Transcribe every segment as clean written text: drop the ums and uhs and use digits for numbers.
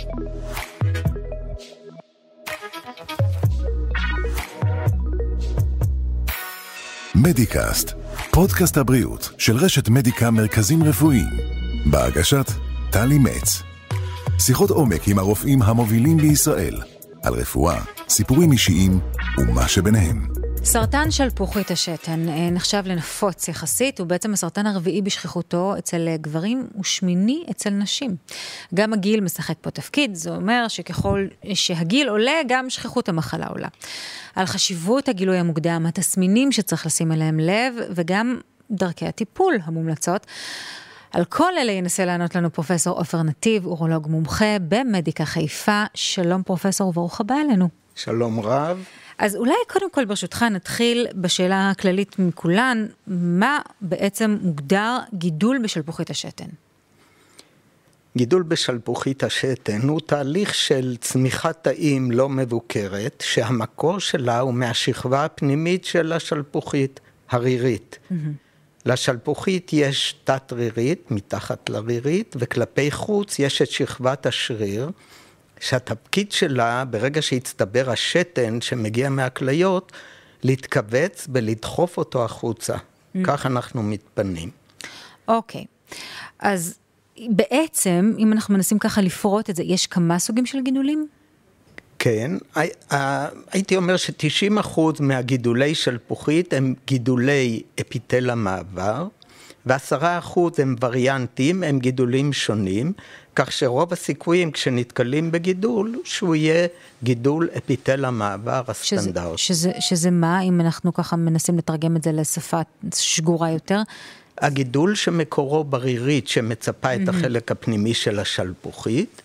מדיקאסט, פודקאסט הבריאות של רשת מדיקה מרכזים רפואיים, בהגשת טלי מצ. שיחות עומק עם הרופאים המובילים בישראל, על רפואה, סיפורים אישיים ומה שביניהם. סרטן שלפוחית השתן נחשב לנפוץ יחסית, הוא בעצם הסרטן הרביעי בשכיחותו אצל גברים ושמיני אצל נשים. גם הגיל משחק פה תפקיד, זה אומר שככל שהגיל עולה, גם שכיחות המחלה עולה. על חשיבות הגילוי המוקדם, התסמינים שצריך לשים אליהם לב, וגם דרכי הטיפול המומלצות. על כל אלה ינסה לענות לנו פרופסור עופר נתיב, אורולוג מומחה במדיקה חיפה. שלום פרופסור, וברוך הבא אלינו. שלום רב. אז אולי קודם כל ברשותך נתחיל בשאלה הכללית מכולן, מה בעצם מוגדר גידול בשלפוחית השתן? גידול בשלפוחית השתן הוא תהליך של צמיחת תאים לא מבוקרת, שהמקור שלה הוא מהשכבה הפנימית של השלפוחית, הרירית. לשלפוחית יש תת רירית, מתחת לרירית, וכלפי חוץ יש את שכבת השריר, שהתפקיד שלה, ברגע שהצטבר השתן שמגיע מהכליות, להתכווץ ולדחוף אותו החוצה. כך אנחנו מתפנים. אוקיי. אז בעצם, אם אנחנו מנסים ככה לפרוט את זה, יש כמה סוגים של גידולים? כן. הייתי אומר ש90% מהגידולי שלפוחית הם גידולי אפיתל המעבר, ו10% הם וריאנטים, הם גידולים שונים, כך שרוב הסיכויים כשנתקלים בגידול, שהוא יהיה גידול אפיתל המעבר הסטנדרט. שזה מה, אם אנחנו ככה מנסים לתרגם את זה לשפה שגורה יותר? הגידול שמקורו ברירית שמצפה את החלק הפנימי של השלפוחית,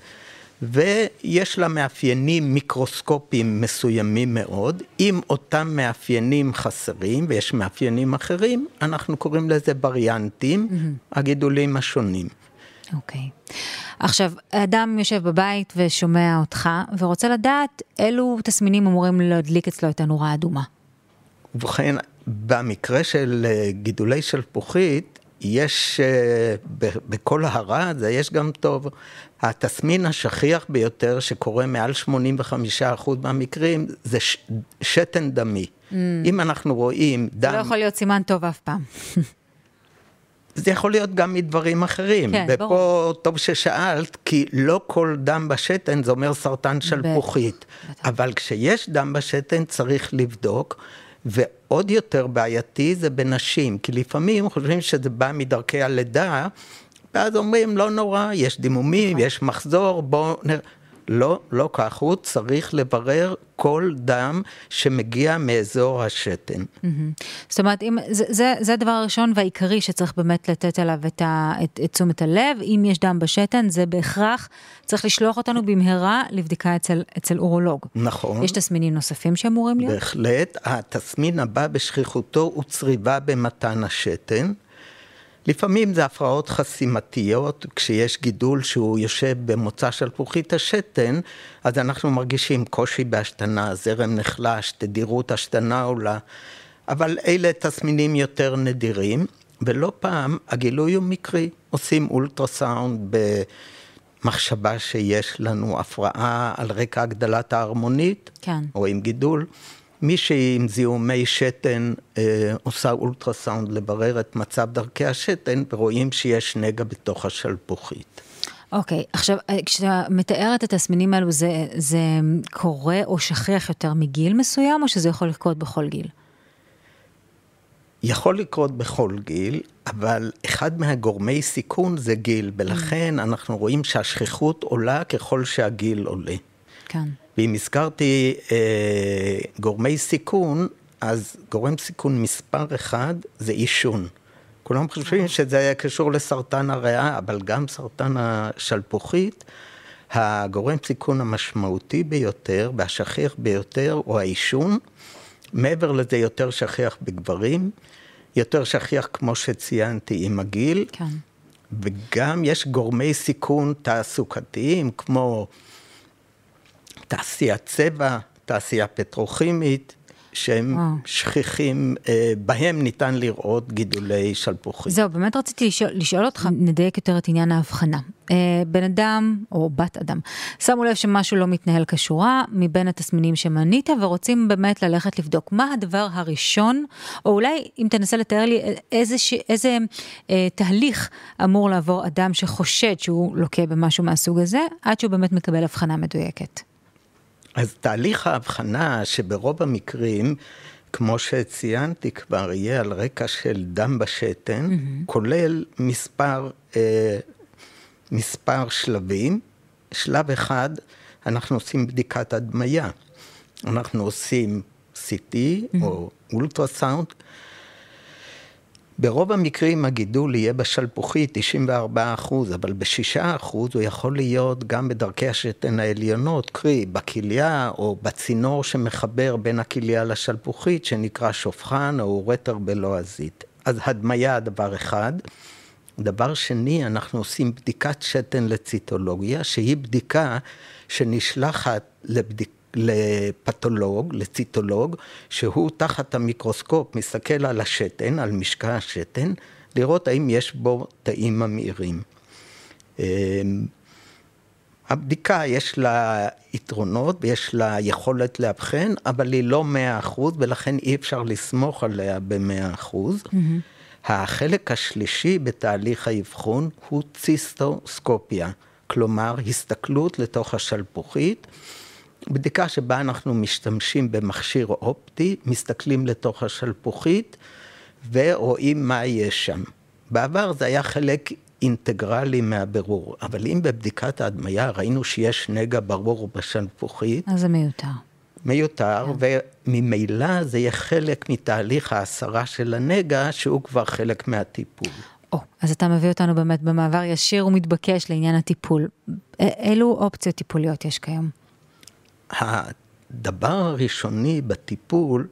ויש לה מאפיינים מיקרוסקופיים מסוימים מאוד. אם אותם מאפיינים חסרים, ויש מאפיינים אחרים, אנחנו קוראים לזה וריאנטים, הגידולים השונים. אוקיי. עכשיו, האדם יושב בבית ושומע אותך, ורוצה לדעת אילו תסמינים אמורים להדליק אצלו את הנורה האדומה. ובכן, במקרה של גידולי שלפוחית, יש בכל הרע הזה, יש גם טוב. התסמין השכיח ביותר שקורה מעל 85% מהמקרים, זה שתן דמי. אם אנחנו רואים דם... זה לא יכול להיות סימן טוב אף פעם. זה יכול להיות גם מדברים אחרים. כן, ופה ברור. טוב ששאלת, כי לא כל דם בשתן זה אומר סרטן שלפוחית. אבל כשיש דם בשתן צריך לבדוק, ועוד יותר בעייתי זה בנשים, כי לפעמים חושבים שזה בא מדרכי הלידה, ואז אומרים, לא נורא, יש דימומים, יש מחזור, בוא נראה. לא כך, הוא צריך לברר כל דם שמגיע מאזור השתן. זאת אומרת, זה הדבר הראשון והעיקרי שצריך באמת לתת עליו את תשומת הלב. אם יש דם בשתן, זה בהכרח צריך לשלוח אותנו במהרה לבדיקה אצל אורולוג. נכון. יש תסמינים נוספים שאמורים להיות? בהחלט, התסמין הבא בשכיחותו הוא צריבה במתן השתן. לפעמים זה הפרעות חסימתיות, כשיש גידול שהוא יושב במוצא שלפוחית השתן, אז אנחנו מרגישים קושי בהשתנה, זרם נחלש, תדירות השתנה עולה, אבל אלה תסמינים יותר נדירים, ולא פעם הגילוי הוא מקרי, עושים אולטרסאונד במחשבה שיש לנו הפרעה על רקע הגדלת ההרמונית, כן. או עם גידול, מישהי עם זיהומי שתן עושה אולטרסאונד לברר את מצב דרכי השתן, ורואים שיש נגע בתוך השלפוחית. אוקיי, עכשיו, כשאתה מתאר את התסמינים האלו, זה קורה או שכיח יותר מגיל מסוים, או שזה יכול לקרות בכל גיל? יכול לקרות בכל גיל, אבל אחד מהגורמי סיכון זה גיל, ולכן אנחנו רואים שהשכיחות עולה ככל שהגיל עולה. כן. ואם הזכרתי גורמי סיכון, אז גורם סיכון מספר אחד זה עישון. כולם חושבים שזה קשור לסרטן הריאה, אבל גם סרטן השלפוחית, הגורם סיכון המשמעותי ביותר והשכיח ביותר הוא העישון. מעבר לזה יותר שכיח בגברים, יותר שכיח כמו שציינתי עם הגיל. כן. וגם יש גורמי סיכון תעסוקתיים כמו תעשיית צבע, תעשייה פטרוכימית, שהם שכיחים, בהם ניתן לראות גידולי שלפוחית. זהו, באמת רציתי לשאול אותך, נדייק יותר את עניין ההבחנה. בן אדם או בת אדם, שמו לב שמשהו לא מתנהל כשורה, מבין התסמינים שמנית, ורוצים באמת ללכת לבדוק מה הדבר הראשון, או אולי אם תנסה לתאר לי איזה תהליך אמור לעבור אדם שחושד שהוא לוקה במשהו מהסוג הזה, עד שהוא באמת מקבל הבחנה מדויקת. אז תהליך ההבחנה שברוב המקרים, כמו שציינתי כבר, יהיה על רקע של דם בשתן, כולל מספר שלבים. שלב אחד, אנחנו עושים בדיקת הדמיה. אנחנו עושים CT או אולטרסאונד. ברוב המקרים הגידול יהיה בשלפוחית 94%, אבל ב6% הוא יכול להיות גם בדרכי השתן העליונות, קרי בכליה או בצינור שמחבר בין הכליה לשלפוחית, שנקרא שופחן או אורטר בלועזית. אז הדמיה דבר אחד. דבר שני, אנחנו עושים בדיקת שתן לציטולוגיה, שהיא בדיקה שנשלחת לפתולוג, לציטולוג, שהוא תחת המיקרוסקופ מסתכל על השתן, על משקע השתן, לראות האם יש בו תאים ממאירים. הבדיקה יש לה יתרונות ויש לה יכולת להבחן, אבל היא לא 100%, ולכן אי אפשר לסמוך עליה ב100%. החלק השלישי בתהליך האבחון הוא ציסטוסקופיה, כלומר הסתכלות לתוך השלפוחית, בדיקה שבה אנחנו משתמשים במכשיר אופטי, מסתכלים לתוך השלפוחית ורואים מה יש שם. בעבר זה היה חלק אינטגרלי מהבירור, אבל אם בבדיקת ההדמיה ראינו שיש נגע ברור בשלפוחית, אז זה מיותר. מיותר, וממילא זה יהיה חלק מתהליך ההסרה של הנגע, שהוא כבר חלק מהטיפול. אז אתה מביא אותנו באמת במעבר ישיר ומתבקש לעניין הטיפול. אילו אופציות טיפוליות יש כיום? הדבר הראשוני בטיפול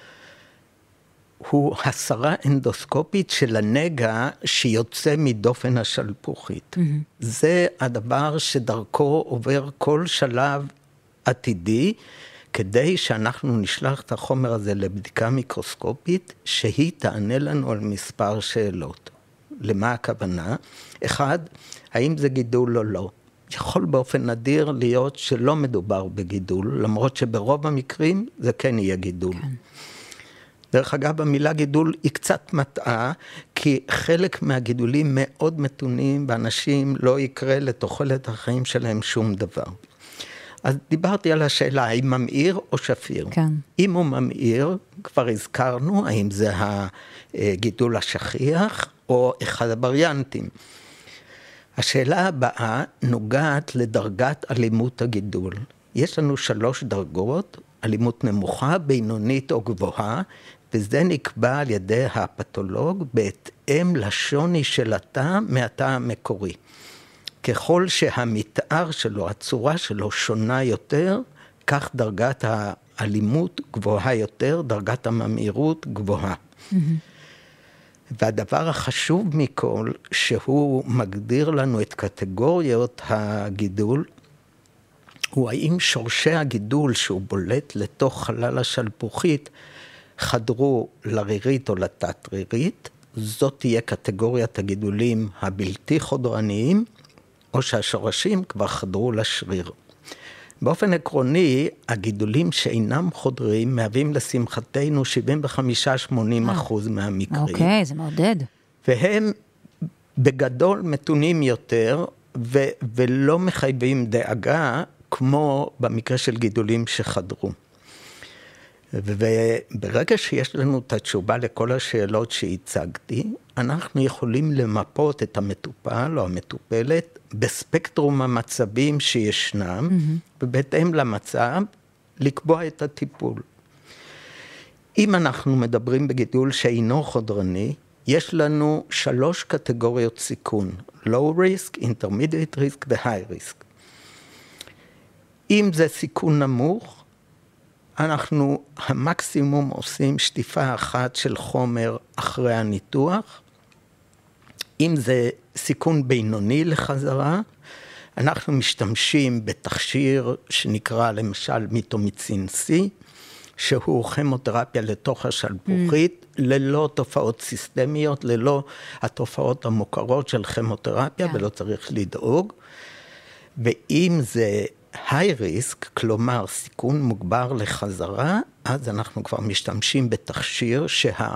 הוא הסרה אנדוסקופית של הנגע שיוצא מדופן השלפוחית. זה הדבר שדרכו עובר כל שלב עתידי, כדי שאנחנו נשלח את החומר הזה לבדיקה מיקרוסקופית, שהיא תענה לנו על מספר שאלות. למה הכוונה? אחד, האם זה גידול או לא? יכול באופן נדיר להיות שלא מדובר בגידול, למרות שברוב המקרים זה כן יהיה גידול. כן. דרך אגב, המילה גידול היא קצת מטעה, כי חלק מהגידולים מאוד מתונים, ואנשים לא יקרה לתוחלת החיים שלהם שום דבר. אז דיברתי על השאלה, האם ממאיר או שפיר? כן. אם הוא ממאיר, כבר הזכרנו, האם זה הגידול השכיח, או אחד הווריאנטים. השאלה הבאה נוגעת לדרגת אלימות הגידול. יש לנו 3 דרגות, אלימות נמוכה, בינונית או גבוהה, וזה נקבע על ידי הפתולוג בהתאם לשוני של התא מהתא המקורי. ככל שהמתאר שלו, הצורה שלו שונה יותר, כך דרגת האלימות גבוהה יותר, דרגת הממאירות גבוהה. והדבר החשוב מכל, שהוא מגדיר לנו את קטגוריות הגידול, הוא האם שורשי הגידול שהוא בולט לתוך חלל השלפוחית, חדרו לרירית או לתת-רירית, זאת תהיה קטגוריית הגידולים הבלתי חודרניים, או שהשורשים כבר חדרו לשריר. באופן עקרוני, הגידולים שאינם חודרים מהווים לשמחתנו 75-80% מהמקרים. אוקיי, זה מעודד. והם בגדול מתונים יותר, ולא מחייבים דאגה, כמו במקרה של גידולים שחדרו. וברגע שיש לנו את התשובה לכל השאלות שהצגתי, אנחנו יכולים למפות את המטופל או המטופלת בספקטרום המצבים שישנם, ובהתאם למצב לקבוע את הטיפול. אם אנחנו מדברים בגידול שאינו חודרני, יש לנו 3 קטגוריות סיכון, low risk, intermediate risk ו-high risk. אם זה סיכון נמוך, אנחנו המקסימום עושים שטיפה אחת של חומר אחרי הניתוח. אם זה סיכון בינוני לחזרה, אנחנו משתמשים בתכשיר שנקרא למשל מיטומיצין C, שהוא כימותרפיה לתוך השלפוחית, ללא תופעות סיסטמיות, ללא התופעות המוכרות של כימותרפיה, ולא צריך לדאוג. ואם זה high risk, כלומר סיכון מוגבר לחזרה, אז אנחנו כבר משתמשים בתכשיר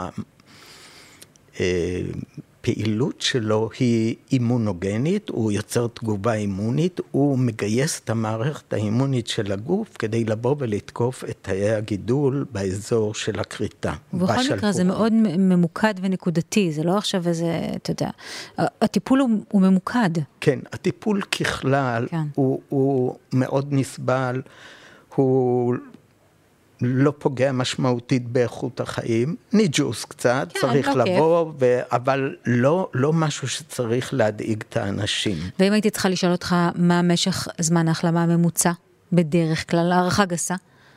שהפעילות שלו היא אימונוגנית, הוא יוצר תגובה אימונית, הוא מגייס את המערכת האימונית של הגוף כדי לבוא ולתקוף את תאי הגידול באזור של הכריתה. ובכל מקרה זה מאוד ממוקד ונקודתי, זה לא עכשיו איזה, אתה יודע, הטיפול הוא ממוקד. כן, הטיפול ככלל הוא מאוד נסבל, הוא לא פוגע משמעותית באיכות החיים, ניג'וס קצת, צריך לבוא, אבל לא משהו שצריך להדאיג את האנשים. ואם הייתי צריכה לשאול אותך, מה משך זמן ההחלמה הממוצע, בדרך כלל, הערכה גסה?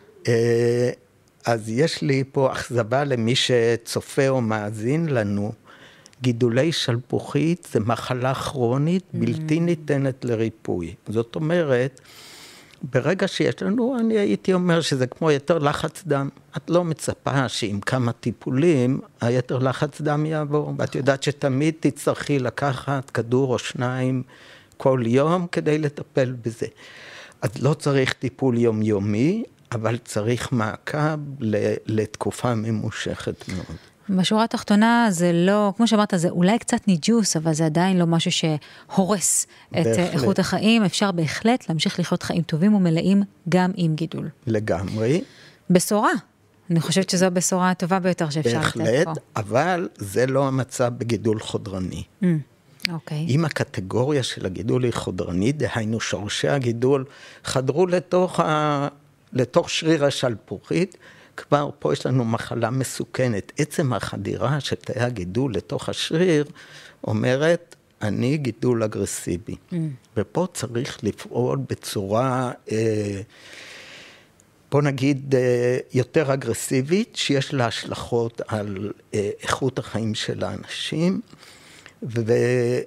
אז יש לי פה אכזבה למי שצופה או מאזין לנו, גידולי שלפוחית זה מחלה כרונית, בלתי ניתנת לריפוי. זאת אומרת, ברגע שיש לנו, אני הייתי אומר שזה כמו יתר לחץ דם. את לא מצפה שעם כמה טיפולים, היתר לחץ דם יעבור. ואת יודעת שתמיד תצטרכי לקחת כדור או שניים כל יום כדי לטפל בזה. אז לא צריך טיפול יומיומי, אבל צריך מעקב לתקופה ממושכת מאוד. בשורה התחתונה זה לא, כמו שאמרת, זה אולי קצת ניג'וס, אבל זה עדיין לא משהו שהורס את איכות החיים. אפשר בהחלט להמשיך לחיות חיים טובים ומלאים גם עם גידול. לגמרי. בשורה. אני חושבת שזו הבשורה הטובה ביותר שאפשר לתת פה. בהחלט, אבל זה לא המצב בגידול חודרני. אוקיי. אם הקטגוריה של הגידול היא חודרני, דהיינו שורשי הגידול חדרו לתוך שריר השלפוחית, כבר פה יש לנו מחלה מסוכנת. עצם החדירה של תאי הגידול לתוך השריר אומרת, אני גידול אגרסיבי. ופה צריך לפעול בצורה, בוא נגיד, יותר אגרסיבית, שיש לה השלכות על איכות החיים של האנשים. ואני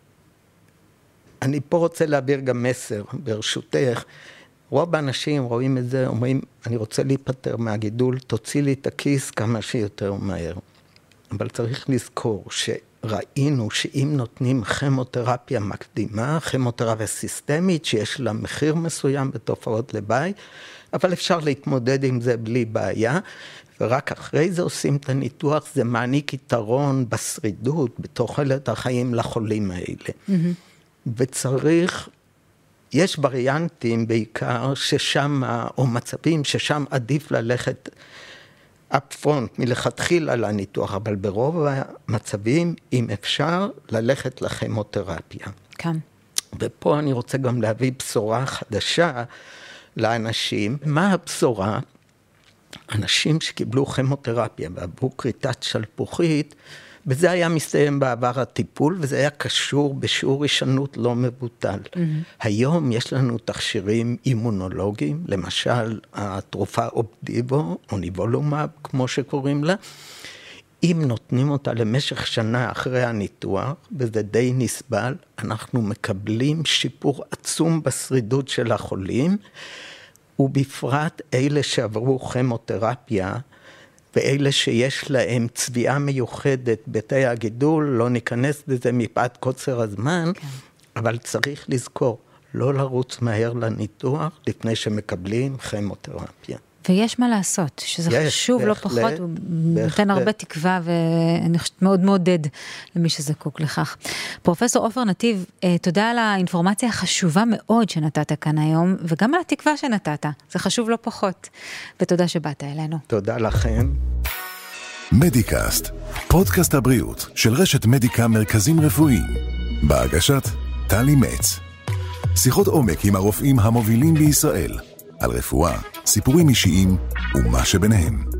פה רוצה להעביר גם מסר, ברשותך, רוב האנשים רואים את זה, אומרים, אני רוצה להיפטר מהגידול, תוציא לי את הכיס כמה שיותר מהר. אבל צריך לזכור שראינו שאם נותנים כימותרפיה מקדימה, כימותרפיה סיסטמית, שיש לה מחיר מסוים בתופעות לוואי, אבל אפשר להתמודד עם זה בלי בעיה, ורק אחרי זה עושים את הניתוח, זה מעניק יתרון בשרידות, בתוחלת החיים לחולים האלה. וצריך, יש וריאנטים בעיקר ששם, או מצבים ששם עדיף ללכת upfront מלכתחילה לניתוח, אבל ברוב המצבים, אם אפשר, ללכת לכימותרפיה. כן. ופה אני רוצה גם להביא בשורה חדשה לאנשים. מה הבשורה? אנשים שקיבלו כימותרפיה ועברו כריתת שלפוחית, וזה היה מסתיים בעבר הטיפול, וזה היה קשור בשיעור הישנות לא מבוטל. היום יש לנו תכשירים אימונולוגיים, למשל התרופה אופדיבו, או ניבולומב, כמו שקוראים לה, אם נותנים אותה למשך שנה אחרי הניתוח, וזה די נסבל, אנחנו מקבלים שיפור עצום בשרידות של החולים, ובפרט אלה שעברו כימותרפיה, ואלה שיש להם צביעה מיוחדת בתאי הגידול, לא ניכנס לזה מפאת קוצר הזמן, כן. אבל צריך לזכור, לא לרוץ מהר לניתוח, לפני שמקבלים כימותרפיה. ויש מה לעשות, שזה חשוב לא פחות, הוא נותן הרבה תקווה, ואני חושבת מאוד מעודד למי שזקוק לכך. פרופסור עופר נתיב, תודה על האינפורמציה החשובה מאוד שנתת כאן היום, וגם על התקווה שנתת, זה חשוב לא פחות, ותודה שבאת אלינו. תודה לכם. מדיקאסט, פודקאסט הבריאות של רשת מדיקה מרכזים רפואיים, בהגשת טלי מצ. שיחות עומק עם הרופאים המובילים בישראל, על רפואה, סיפורים אישיים ומה שביניהם.